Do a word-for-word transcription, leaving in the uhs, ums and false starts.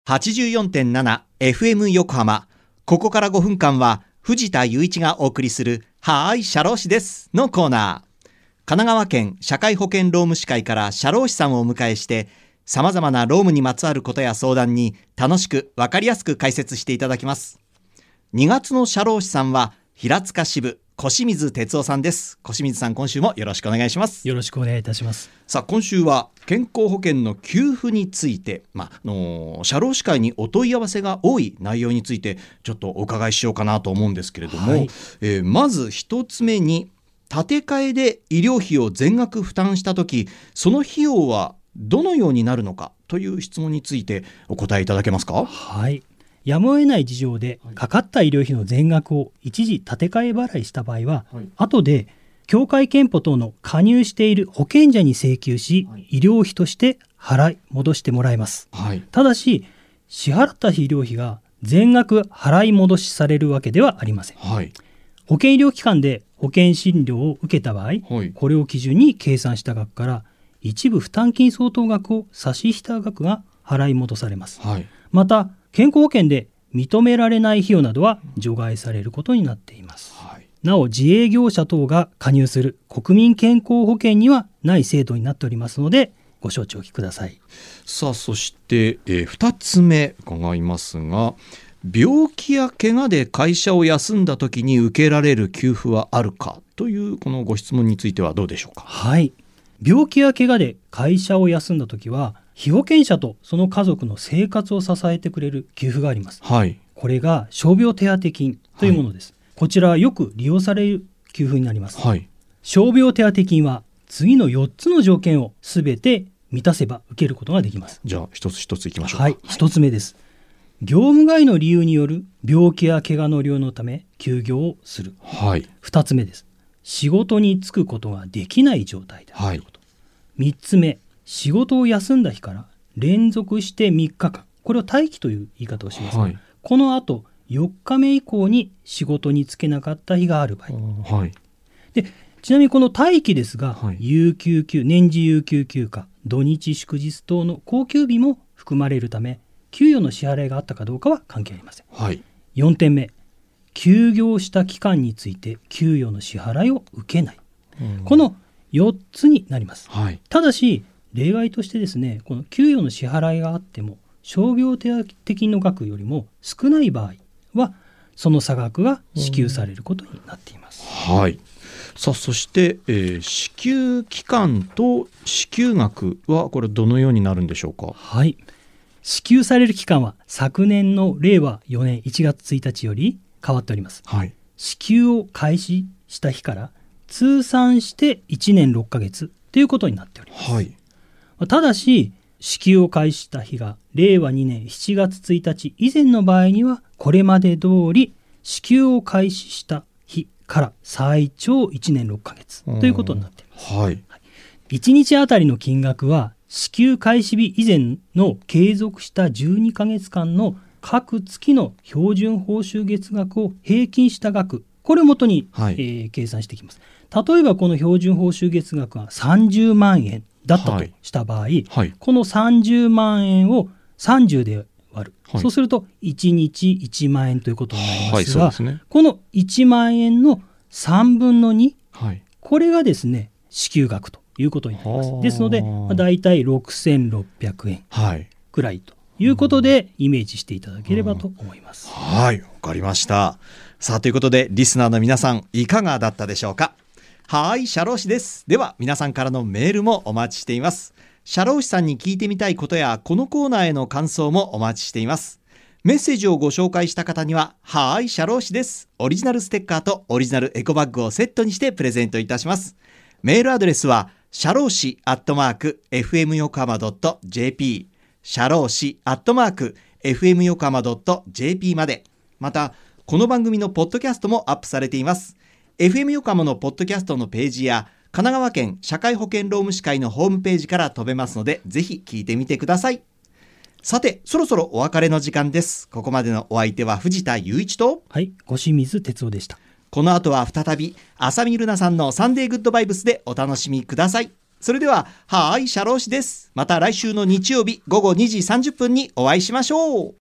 はちじゅうよんてんななエフエム 横浜。ここからごふんかんは藤田雄一がお送りするはーい社労士ですのコーナー。神奈川県社会保険労務士会から社労士さんをお迎えして、さまざまな労務にまつわることや相談に楽しく分かりやすく解説していただきます。にがつの社労士さんは平塚支部小水哲夫さんです。小水さん、今週もよろしくお願いします。 よろしくお願いいたします。 さあ、今週は健康保険の給付について、まあの社労士会にお問い合わせが多い内容についてちょっとお伺いしようかなと思うんですけれども、はい、えー、まず一つ目に、建て替えで医療費を全額負担したとき、その費用はどのようになるのかという質問についてお答えいただけますか。 はい、やむを得ない事情でかかった医療費の全額を一時立て替え払いした場合は、はい、後で協会憲法等の加入している保険者に請求し、はい、医療費として払い戻してもらえます、はい、ただし支払った医療費が全額払い戻しされるわけではありません、はい、保険医療機関で保険診療を受けた場合、はい、これを基準に計算した額から一部負担金相当額を差し引いた額が払い戻されます、はい、また健康保険で認められない費用などは除外されることになっています、はい、なお自営業者等が加入する国民健康保険にはない制度になっておりますのでご承知おきください。 さあ、そして、えー、ふたつめ伺いますが、病気や怪我で会社を休んだ時に受けられる給付はあるかというこのご質問についてはどうでしょうか。 はい、病気や怪我で会社を休んだ時は被保険者とその家族の生活を支えてくれる給付があります、はい、これが傷病手当金というものです、はい、こちらはよく利用される給付になります、はい、傷病手当金は次のよっつの条件をすべて満たせば受けることができます。 じゃあ一つ一ついきましょうか。 はい、一つ目です。業務外の理由による病気や怪我の療養のため休業をする、はい、二つ目です。仕事に就くことができない状態であること、はい、三つ目、仕事を休んだ日から連続してみっかかん、これを待機という言い方をしますが、はい、この後よっかめ以降に仕事に就けなかった日がある場合、はい、でちなみにこの待機ですが、はい、有給休、年次有給休暇、土日祝日等の公休日も含まれるため給与の支払いがあったかどうかは関係ありません、はい、よんてんめ、休業した期間について給与の支払いを受けない、うん、このよっつになります、はい、ただし例外としてですね、この給与の支払いがあっても傷病手当金の額よりも少ない場合はその差額が支給されることになっています、 うん、はい。さあ、そして、えー、支給期間と支給額はこれどのようになるんでしょうか。 はい、支給される期間は昨年のれいわよねんいちがつついたちより変わっております、はい、支給を開始した日から通算していちねんろっかげつということになっております、はい、ただし支給を開始した日がれいわにねんしちがつついたち以前の場合にはこれまで通り支給を開始した日から最長いちねんろっかげつということになっています、はい、いちにちあたりの金額は支給開始日以前の継続したじゅうにかげつかんの各月の標準報酬月額を平均した額、これをもとに、はい、えー、計算していきます。例えばこの標準報酬月額がさんじゅうまんえんだったとした場合、はいはい、このさんじゅうまんえんをさんじゅうで割る、はい、そうするといちにちいちまんえんということになりますが、はい、そうですね、このいちまんえんのさんぶんのに、はい、これがですね支給額ということになります。ですので、まあ、だいたいろくせんろっぴゃくえんくらいということでイメージしていただければと思います。 はい、わかりました。さあ、ということでリスナーの皆さんいかがだったでしょうか。はい、社労士です。では皆さんからのメールもお待ちしています。社労士さんに聞いてみたいことやこのコーナーへの感想もお待ちしています。メッセージをご紹介した方にははい、社労士ですオリジナルステッカーとオリジナルエコバッグをセットにしてプレゼントいたします。メールアドレスは社労士アットマーク エフエム 横浜 ドット ジェーピー 社労士アットマーク エフエム 横浜 ドット ジェーピー まで。またこの番組のポッドキャストもアップされています。 エフエム 横浜のポッドキャストのページや神奈川県社会保険労務士会のホームページから飛べますのでぜひ聞いてみてください。さて、そろそろお別れの時間です。ここまでのお相手は藤田雄一と、 はい、小清水哲夫でした。 この後は再び浅見ルナさんのサンデーグッドバイブスでお楽しみください。 それでは、はーい、社労士です。また来週の日曜日午後にじさんじゅっぷんにお会いしましょう。